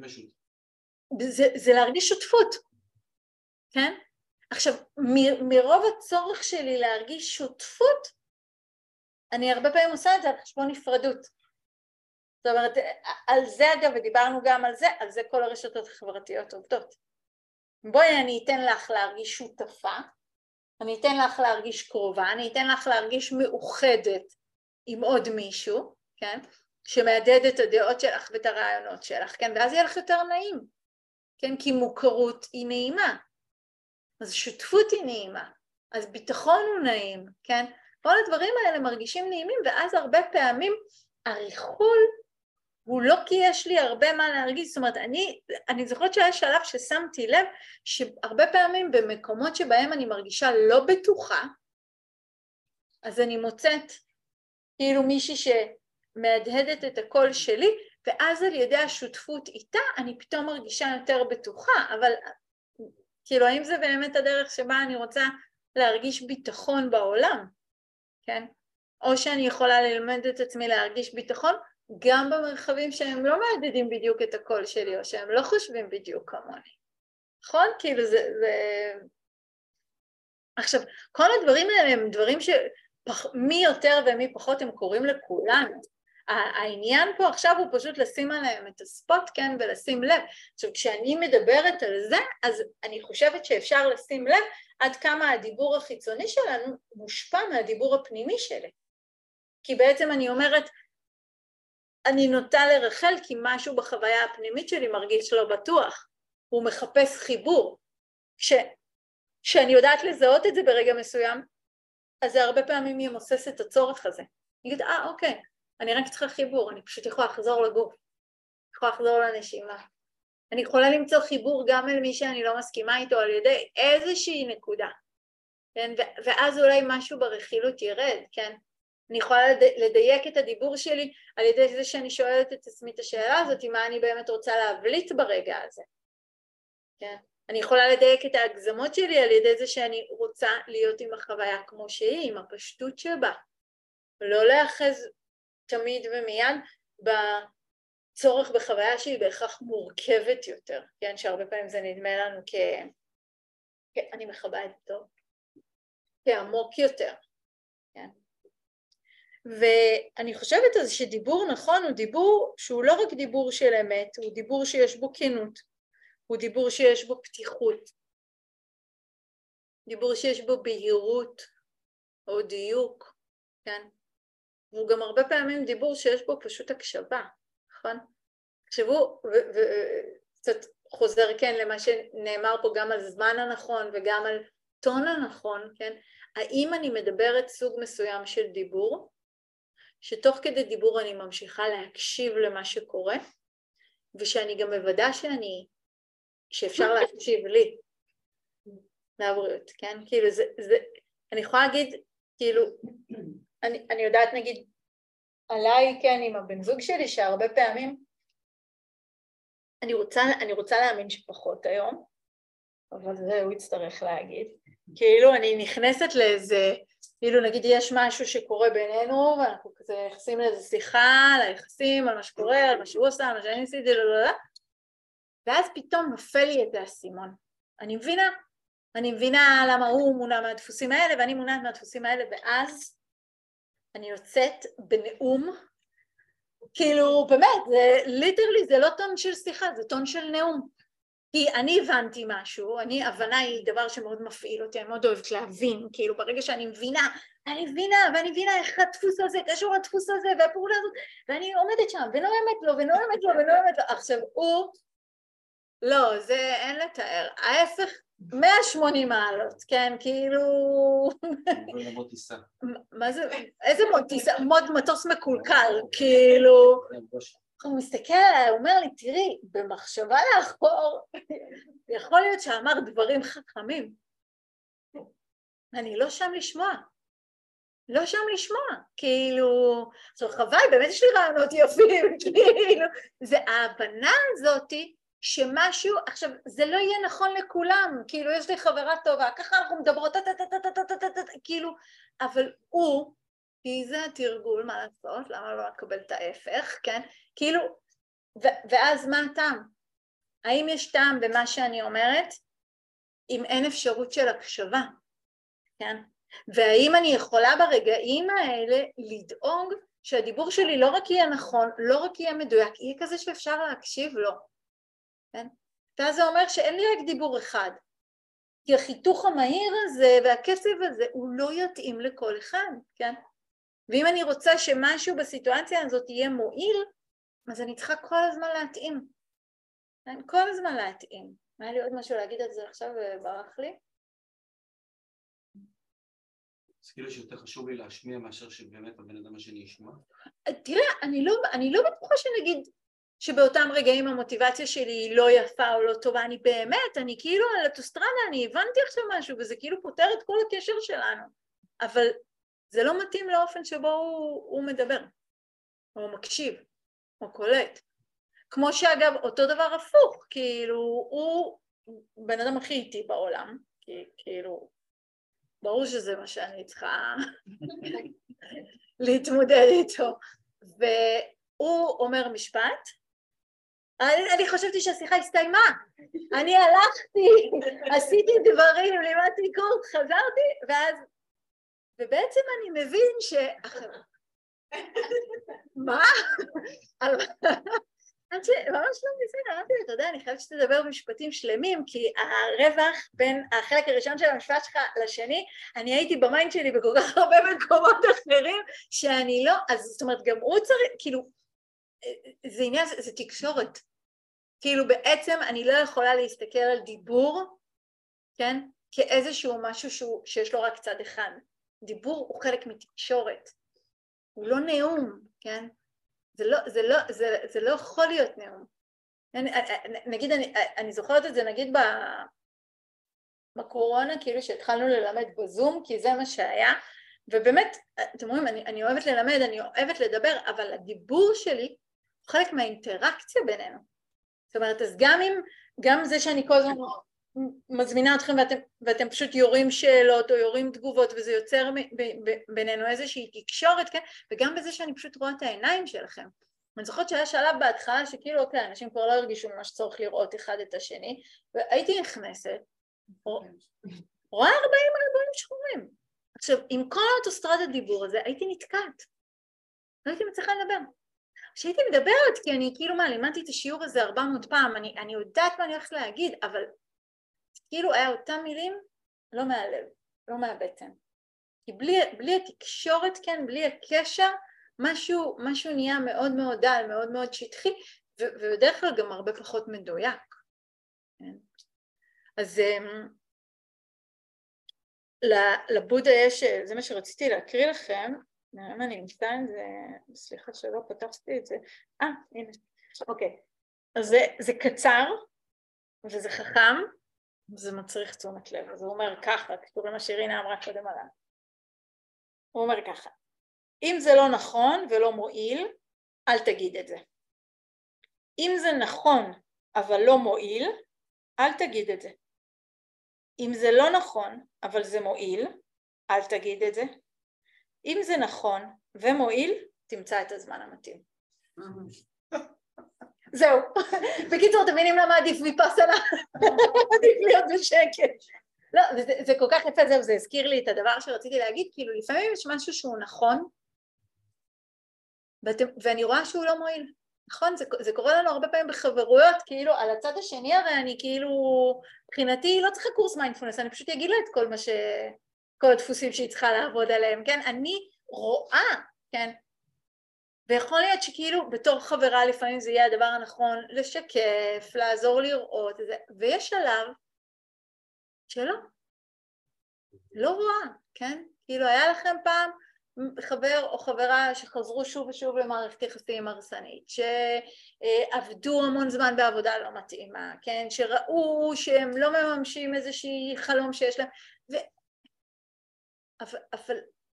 Speaker 1: זה להרגיש שותפות, כן? עכשיו, מרוב הצורך שלי להרגיש שותפות, אני הרבה פעמים עושה את זה על חשבון נפרדות. זאת אומרת, על זה אגב, ודיברנו גם על זה כל הרשתות החברתיות עובדות. בואי אני אתן לך להרגיש שותפה, אני אתן לך להרגיש קרובה, אני אתן לך להרגיש מאוחדת עם עוד מישהו, כן? שמעדד את הדעות שלך ואת הרעיונות שלך, כן? ואז יהיה לך יותר נעים, כן? כי מוכרות היא נעימה, אז שותפות היא נעימה, אז ביטחון הוא נעים, כן? כל הדברים האלה מרגישים נעימים, ואז הרבה פעמים הריחול הוא לא כי יש לי הרבה מה להרגיש, זאת אומרת, אני זוכרת שהיה שלב ששמתי לב שהרבה פעמים במקומות שבהם אני מרגישה לא בטוחה, אז אני מוצאת כאילו מישהי שמהדהדת את הקול שלי, ואז על ידי השותפות איתה אני פתאום מרגישה יותר בטוחה, אבל כאילו האם זה באמת הדרך שבה אני רוצה להרגיש ביטחון בעולם, כן? או שאני יכולה ללמד את עצמי להרגיש ביטחון, גם במרחבים שהם לא מעדדים בדיוק את הקול שלי, או שהם לא חושבים בדיוק כמוני. נכון? כאילו זה... עכשיו, כל הדברים האלה הם דברים שמי יותר ומי פחות הם קוראים לכולנו. העניין פה עכשיו הוא פשוט לשים עליהם את הספוט, כן, ולשים לב. עכשיו, כשאני מדברת על זה, אז אני חושבת שאפשר לשים לב עד כמה הדיבור החיצוני שלנו מושפע מהדיבור הפנימי שלי. כי בעצם אני אומרת, אני נוטה לרחל כי משהו בחוויה הפנימית שלי מרגיש לא בטוח, הוא מחפש חיבור. כשאני יודעת לזהות את זה ברגע מסוים, אז זה הרבה פעמים ימוסס את הצורך הזה. אני אגיד, אוקיי, אני רק צריכה חיבור, אני פשוט יכולה לחזור לגוף, יכולה לחזור לנשימה. אני יכולה למצוא חיבור גם אל מי שאני לא מסכימה איתו על ידי איזושהי נקודה, כן? ואז אולי משהו ברכילות ירד, כן? אני יכולה לדייק את הדיבור שלי על ידי זה שאני שואלת את עצמי את השאלה הזאת, מה אני באמת רוצה להבליט ברגע הזה. כן? אני יכולה לדייק את ההגזמות שלי על ידי זה שאני רוצה להיות עם החוויה כמו שהיא, עם הפשטות שבה. לא להאחז תמיד ומיד בצורך בחוויה שהיא בהכרח מורכבת יותר, כן? שהרבה פעמים זה נדמה לנו אני מכבדת טוב, כעמוק יותר, כן? ואני חושבת אז שדיבור נכון הוא דיבור שהוא לא רק דיבור של אמת, הוא דיבור שיש בו כנות, הוא דיבור שיש בו פתיחות, דיבור שיש בו בהירות או דיוק, כן? והוא גם הרבה פעמים דיבור שיש בו פשוט הקשבה, נכון? תחשבו, וקצת חוזר כן למה שנאמר פה גם על זמן הנכון וגם על טון הנכון, כן? האם אני מדברת סוג מסוים של דיבור, שתוך כדי דיבור אני ממשיכה להקשיב למה שקורה, ושאני גם מוודא שאפשר להקשיב לי, לבריאות, כן? כאילו אני יכולה להגיד, כאילו, אני יודעת נגיד, עליי, כן, עם הבן זוג שלי, שהרבה פעמים, אני רוצה להאמין שפחות היום, אבל זה הוא יצטרך להגיד. כאילו אני נכנסת לאיזה, כאילו נגיד יש משהו שקורה בינינו, ואנחנו כזה נכנסים לאיזה שיחה, על היחסים, על מה שקורה, על מה שהוא עושה, על מה שאני עשיתי, ואז פתאום נופל לי את האסימון. אני מבינה למה הוא מונע מהדפוסים האלה, ואני מונעת מהדפוסים האלה, ואז אני יוצאת בנאום, כאילו באמת, ליטרלי זה לא טון של שיחה, זה טון של נאום. כי אני הבנתי משהו, הבנה היא דבר שמאוד מפעיל אותי, אני מאוד אוהבת להבין, כאילו ברגע שאני מבינה, ואני מבינה איך הדפוס הזה קשור לדפוס הזה, והפעולה הזאת, ואני עומדת שם, ונואמת לו, עכשיו הוא, לא, זה אין לתאר, ההפך 180 מעלות, כן, כאילו, מה זה, איזה מטוס מקולקל, כאילו, הוא מסתכל עליי, הוא אומר לי, תראי, במחשבה לאחור, יכול להיות שאמר דברים חכמים. אני לא שם לשמוע, כאילו, עכשיו חבל, באמת יש לי רעיונות יפים, כאילו, זה ההבנה הזאת שמשהו, עכשיו, זה לא יהיה נכון לכולם, כאילו, יש לי חברה טובה, ככה אנחנו מדברות, כאילו, אבל הוא, כי זה התרגול, מה לעשות, למה לא לקבל את ההפך, כן? כאילו, ואז מה הטעם? האם יש טעם במה שאני אומרת? אם אין אפשרות של הקשבה, כן? והאם אני יכולה ברגעים האלה לדאוג שהדיבור שלי לא רק יהיה נכון, לא רק יהיה מדויק, יהיה כזה שאפשר להקשיב לו, כן? ואז זה אומר שאין לי רק דיבור אחד, כי החיתוך המהיר הזה והקצב הזה הוא לא יתאים לכל אחד, כן? ואם אני רוצה שמשהו בסיטואציה הזאת יהיה מועיל, אז אני צריכה כל הזמן להתאים. כל הזמן להתאים. היה לי עוד משהו להגיד על זה עכשיו וברח לי?
Speaker 2: אז כאילו שיותר חשוב לי להשמיע מאשר שבאמת הבן אדם השני ישמע?
Speaker 1: תראה, אני לא בטוחה שנגיד שבאותם רגעים המוטיבציה שלי היא לא יפה או לא טובה, אני כאילו על אוטוסטרדה, אני הבנתי עכשיו משהו וזה כאילו פותר את כל הקשר שלנו. אבל זה לא מתאים לאופן שבו הוא מדבר, או מקשיב, או קולט. כמו שאגב, אותו דבר הפוך, כאילו, הוא בן אדם הכי איטי בעולם, כאילו, ברור שזה מה שאני צריכה להתמודד איתו. והוא אומר משפט, אני חשבתי שהשיחה הסתיימה, אני הלכתי, עשיתי דברים, לימדתי קורס, חזרתי, ואז ובעצם אני מבין מה? ממש לא מבין, אמרתי לי, אתה יודע, אני חייבת שתדבר משפטים שלמים, כי הרווח בין החלק הראשון של המשפט שלך לשני, אני הייתי במיינד שלי בכל כך הרבה מקומות אחרים, שאני לא, אז זאת אומרת, גם הוא צריך, כאילו, זה עניין, זה תקשורת. כאילו בעצם אני לא יכולה להסתכל על דיבור, כן? כאיזשהו משהו שיש לו רק צד אחד. דיבור הוא חלק מתקשורת, הוא לא נאום, כן? זה לא יכול להיות נאום. נגיד, אני זוכרת את זה, נגיד בקורונה, כאילו שהתחלנו ללמד בזום, כי זה מה שהיה, ובאמת, אתם רואים, אני אוהבת ללמד, אני אוהבת לדבר, אבל הדיבור שלי הוא חלק מהאינטראקציה בינינו. זאת אומרת, אז גם זה שאני כל הזמן מזמינה אתכם ואתם פשוט יורים שאלות או יורים תגובות וזה יוצר בינינו איזושהי תקשורת, כן? וגם בזה שאני פשוט רואה את העיניים שלכם. אני זוכרת שהיה שלב בהתחלה שכאילו, אוקיי, אנשים כבר לא הרגישו ממש צורך לראות אחד את השני, והייתי נכנסת, רואה 40 שחורים. עכשיו, עם כל האוטוסטרדת הדיבור הזה, הייתי נתקעת. לא הייתי מצליחה לדבר. כשהייתי מדברת, כי אני כאילו לימדתי את השיעור הזה 400 פעם, אני יודעת מה אני הולכת להגיד, אבל כאילו היה אותם מילים לא מהלב, לא מהבטן. כי בלי התקשורת, כן, בלי הקשר, משהו נהיה מאוד מאוד דל, מאוד מאוד שטחי, ובדרך כלל גם הרבה פחות מדויק. כן? אז לבודה יש, זה מה שרציתי להקריא לכם, אם אני אמצא את זה, סליחה שלא פתחתי את זה, הנה, אוקיי, אז זה קצר, וזה חכם, וזה מצריך תשומת לב, אז הוא אומר ככה, כתובים מה שירינה אמרה קודם עליו, הוא אומר ככה, אם זה לא נכון ולא מועיל, אל תגיד את זה. אם זה נכון אבל לא מועיל, אל תגיד את זה. אם זה לא נכון אבל זה מועיל, אל תגיד את זה. אם זה נכון ומועיל, תמצא את הזמן המתאים. זהו. בקיצור, אתם מבינים למה עדיף ויפאסנה? עדיף להיות בשקט. לא, זה כל כך יפה, זהו, זה הזכיר לי את הדבר שרציתי להגיד, כאילו לפעמים יש משהו שהוא נכון, ואני רואה שהוא לא מועיל. נכון? זה קורה לנו הרבה פעמים בחברויות, כאילו על הצד השני הרי אני כאילו, מבחינתי לא צריכה קורס מיינדפולנס, אני פשוט אגיד לה את כל הדפוסים שהיא צריכה לעבוד עליהם, כן? אני רואה, כן? ויכול להיות שכאילו בתור חברה לפעמים זה יהיה הדבר הנכון, לשקף, לעזור לראות, ויש עליו שלא, לא רואה, כן? כאילו היה לכם פעם חבר או חברה שחזרו שוב ושוב למערכת יחסים הרסנית, שעבדו המון זמן בעבודה לא מתאימה, כן? שראו שהם לא מממשים איזושהי חלום שיש להם, אבל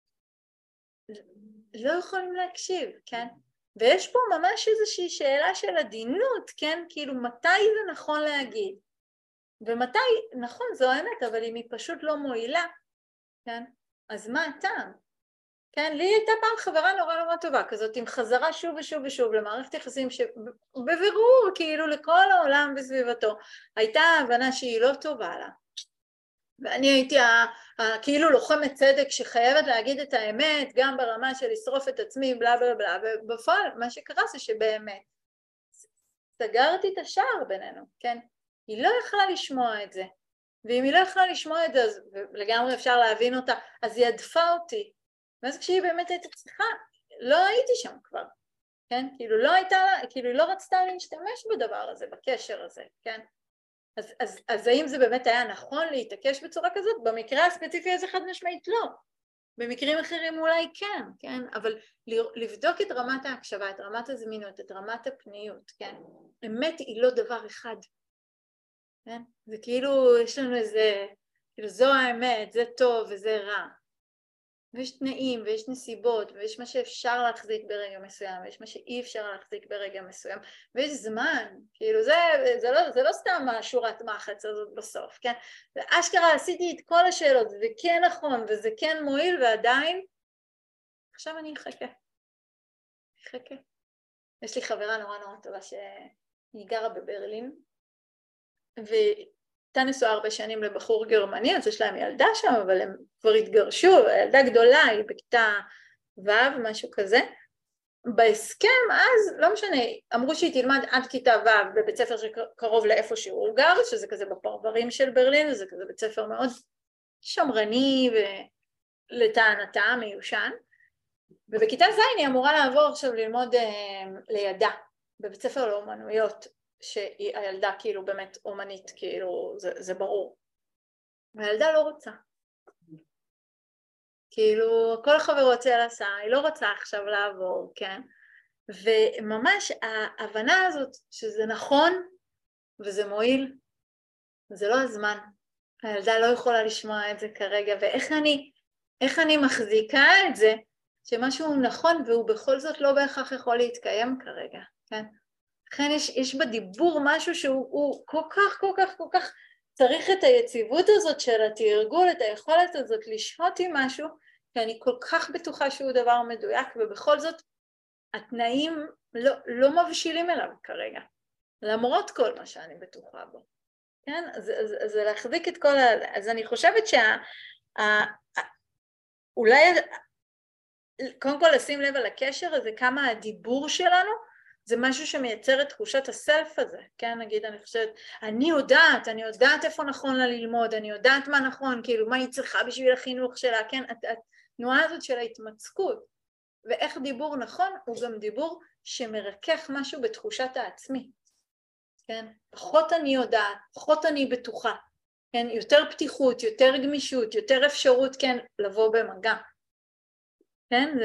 Speaker 1: לא יכולים להקשיב, כן? ויש פה ממש איזושהי שאלה של עדינות, כן? כאילו מתי זה נכון להגיד? ומתי, נכון, זו האמת, אבל אם היא פשוט לא מועילה, כן? אז מה הטעם? כן, לי הייתה פעם חברה נורא טובה כזאת, עם חזרה שוב ושוב ושוב למערכת יחסים שבבירור, כאילו לכל העולם בסביבתו, הייתה הבנה שהיא לא טובה לה. ואני הייתי כאילו לוחמת צדק שחייבת להגיד את האמת, גם ברמה של לשרוף את עצמי, בלה בלה בלה, ובפועל מה שקרה זה שבאמת סגרתי את השער בינינו, כן? היא לא יכלה לשמוע את זה, ואם היא לא יכלה לשמוע את זה, אז לגמרי אפשר להבין אותה, אז היא עדפה אותי, ואז כשהיא באמת הייתה צריכה, לא הייתי שם כבר, כן? כאילו לא הייתה לה, כאילו היא לא רצתה להשתמש בדבר הזה, בקשר הזה, כן? אז האם זה באמת היה נכון להתעקש בצורה כזאת? במקרה הספציפי הזה חד משמעית לא. במקרים אחרים אולי כן, כן? אבל לבדוק את רמת ההקשבה, את רמת הזמינות, את רמת הפניות, כן? אמת היא לא דבר אחד, כן? זה כאילו יש לנו איזה, כאילו זו האמת, זה טוב וזה רע. ויש תנאים ויש נסיבות ויש מה שאפשר להחזיק ברגע מסוים ויש מה שאי אפשר להחזיק ברגע מסוים ויש זמן, כאילו זה לא סתם שורת מחץ הזאת בסוף, כן? ואשכרה עשיתי את כל השאלות זה כן נכון וזה כן מועיל ועדיין עכשיו אני אחכה. יש לי חברה נורא טובה שהיא גרה בברלין הייתה נשואה הרבה שנים לבחור גרמני, אז יש להם ילדה שם, אבל הם כבר התגרשו, הילדה גדולה, היא בכיתה ו', משהו כזה. בהסכם אז, לא משנה, אמרו שהיא תלמד עד כיתה ו' בבית ספר שקרוב לאיפה שהוא גר, שזה כזה בפרברים של ברלין, וזה כזה בית ספר מאוד שמרני ולטענתה מיושן. ובכיתה ז' היא אמורה לעבור עכשיו ללמוד לידה, בבית ספר לאומנויות, שהילדה כאילו באמת אומנית, כאילו זה ברור. והילדה לא רוצה. כאילו כל החברות שלה עשה, היא לא רוצה עכשיו לעבור, כן? וממש ההבנה הזאת שזה נכון וזה מועיל, זה לא הזמן. הילדה לא יכולה לשמוע את זה כרגע, ואיך אני מחזיקה את זה, שמשהו נכון והוא בכל זאת לא בהכרח יכול להתקיים כרגע, כן? לכן יש בדיבור משהו שהוא כל כך צריך את היציבות הזאת של התרגול, את היכולת הזאת לשהות עם משהו, כי אני כל כך בטוחה שהוא דבר מדויק, ובכל זאת התנאים לא מבשילים אליו כרגע, למרות כל מה שאני בטוחה בו. כן? אז להחזיק את כל אז אני חושבת אולי קודם כל לשים לב על הקשר הזה, כמה הדיבור שלנו זה משהו שמייצר את תחושת הסלף הזה, כן? נגיד, אני חושבת, אני יודעת איפה נכון לה ללמוד, אני יודעת מה נכון, כאילו, מה היא צריכה בשביל החינוך שלה, כן? התנועה הזאת של ההתמצקות, ואיך דיבור נכון, הוא גם דיבור שמרכך משהו בתחושת העצמי, כן? פחות אני יודעת, פחות אני בטוחה, כן? יותר פתיחות, יותר גמישות, יותר אפשרות, כן? לבוא במגע, כן?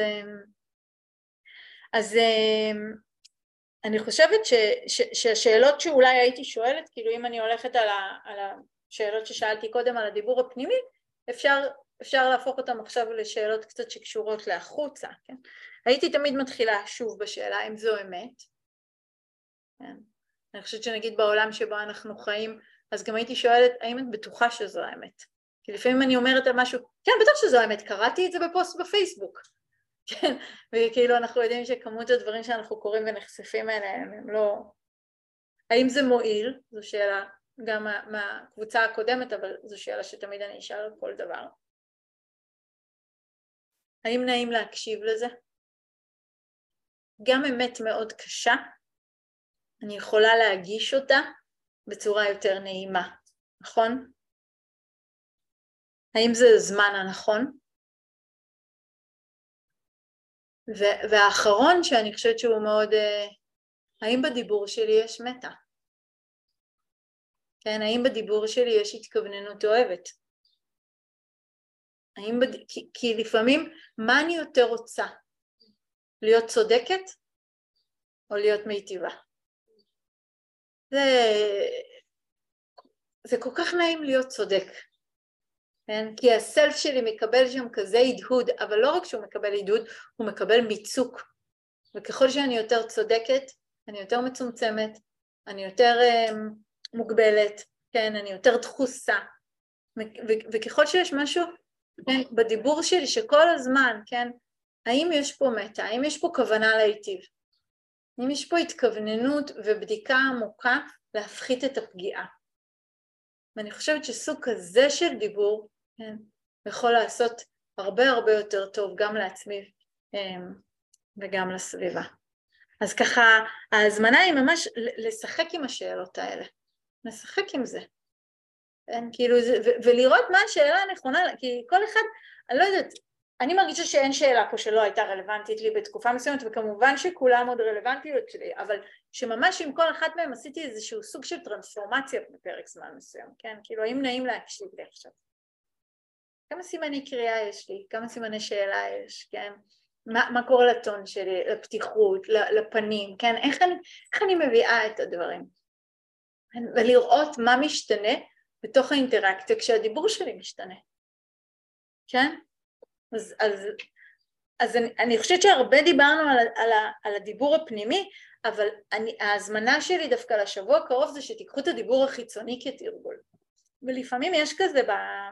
Speaker 1: אז אני חושבת שהשאלות שאולי הייתי שואלת, כאילו אם אני הולכת על השאלות ששאלתי קודם על הדיבור הפנימי, אפשר להפוך אותם עכשיו לשאלות קצת שקשורות להחוצה, כן? הייתי תמיד מתחילה שוב בשאלה אם זו אמת, כן? אני חושבת שנגיד בעולם שבו אנחנו חיים, אז גם הייתי שואלת האם את בטוחה שזו האמת? כי לפעמים אני אומרת על משהו, כן בטח שזו האמת, קראתי את זה בפוסט בפייסבוק, כן, וכאילו אנחנו יודעים שכמות הדברים שאנחנו קוראים ונחשפים אליהם הם לא... האם זה מועיל? זו שאלה גם מהקבוצה הקודמת, אבל זו שאלה שתמיד אני אשאל על כל דבר. האם נעים להקשיב לזה? גם אמת מאוד קשה, אני יכולה להגיש אותה בצורה יותר נעימה, נכון? האם זה הזמן הנכון? והאחרון שאני חושבת שהוא מאוד, האם בדיבור שלי יש מטה? כן, האם בדיבור שלי יש התכווננות אוהבת? כי לפעמים מה אני יותר רוצה? להיות צודקת או להיות מיטיבה? זה כל כך נעים להיות צודק, כן? כי הסלף שלי מקבל שם כזה הדהוד, אבל לא רק שהוא מקבל הדהוד, הוא מקבל מיצוק. וככל שאני יותר צודקת, אני יותר מצומצמת, אני יותר מוגבלת, כן? אני יותר דחוסה. וככל שיש משהו, כן, בדיבור שלי שכל הזמן, כן? האם יש פה מטה? האם יש פה כוונה להיטיב? האם יש פה התכווננות ובדיקה עמוקה להפחית את הפגיעה? ואני חושבת שסוג כזה של דיבור, כן, יכול לעשות הרבה יותר טוב גם לעצמי וגם לסביבה. אז ככה ההזמנה היא ממש לשחק עם השאלות האלה, לשחק עם זה, כן, כאילו, ולראות מה השאלה הנכונה, כי כל אחד, אני לא יודעת, אני מרגישה שאין שאלה פה שלא הייתה רלוונטית לי בתקופה מסוימת, וכמובן שכולם עוד רלוונטיות שלי, אבל שממש עם כל אחת מהם עשיתי איזשהו סוג של טרנספורמציה בפרק זמן מסוים, כן? כאילו, האם נעים להקשיב לי עכשיו? כמה סימני קריאה יש לי? כמה סימני שאלה יש, כן? מה קורה לטון שלי, לפתיחות, לפנים, כן? איך אני מביאה את הדברים? ולראות מה משתנה בתוך האינטראקציה כשהדיבור שלי משתנה, כן? אז אני חושבת שהרבה דיברנו על הדיבור הפנימי, אבל ההזמנה שלי דווקא לשבוע הקרוב זה שתיקחו את הדיבור החיצוני כתרגול. ולפעמים יש כזה,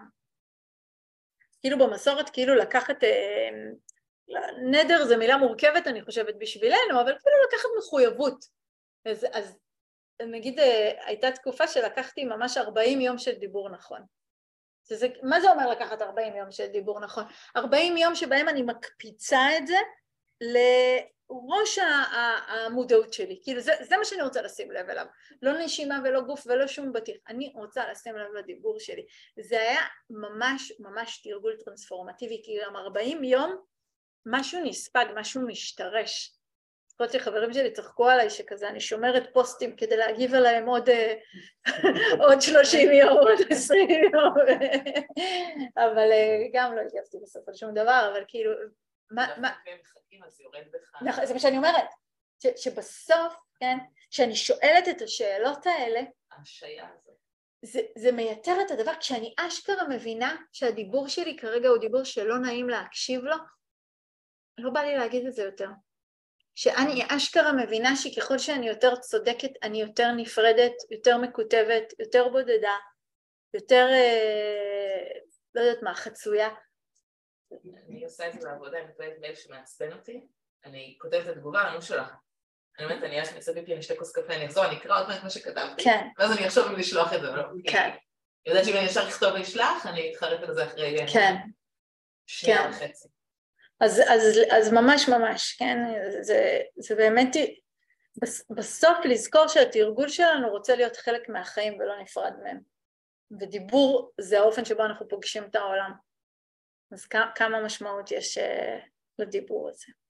Speaker 1: כאילו במסורת, כאילו לקחת, נדר זה מילה מורכבת אני חושבת בשבילנו, אבל כאילו לקחת מחויבות. אז נגיד הייתה תקופה שלקחתי ממש 40 יום של דיבור נכון. מה זה אומר לקחת 40 יום של דיבור נכון? 40 יום שבהם אני מקפיצה את זה לראש המודעות שלי, כאילו זה מה שאני רוצה לשים לב אליו, לא נשימה ולא גוף ולא שום בטיח, אני רוצה לשים לב לדיבור שלי. זה היה ממש תרגול טרנספורמטיבי, כי גם 40 יום משהו נספג, משהו משתרש. זכות שחברים שלי צחקו עליי שכזה אני שומרת פוסטים כדי להגיב עליהם עוד 30 יום, עוד 20 יום, אבל גם לא הגבתי בסוף על שום דבר, אבל כאילו, זה מה שאני אומרת, שבסוף, כן, כשאני שואלת את השאלות האלה, זה מייתר את הדבר, כשאני אשכרה מבינה שהדיבור שלי כרגע הוא דיבור שלא נעים להקשיב לו, לא בא לי להגיד את זה יותר. שאני אשכרה מבינה שככל שאני יותר צודקת, אני יותר נפרדת, יותר מקוטבת, יותר בודדה, יותר, לא יודעת מה, חצויה.
Speaker 6: אני עושה את זה בעבודה, אני כותבת מייל שמעצבן אותי, אני כותבת את התגובה, אני לא שולחת. אני אומרת, אני אשמע סביבי, אני אשתה כוס קפה, אני אחזור, אני אקרא עוד מעט מה שכתבתי, ואז אני אחשוב אם לשלוח את זה, לא? כן. אני יודעת שאם אני ישר לכתוב ולשלח, אני אתחרט על זה אחרי שנייה וחצי.
Speaker 1: אז ממש, כן, זה באמת, בסוף לזכור שהתרגול שלנו רוצה להיות חלק מהחיים ולא נפרד מהם. ודיבור זה האופן שבו אנחנו פוגשים את העולם. אז כמה משמעות יש לדיבור הזה.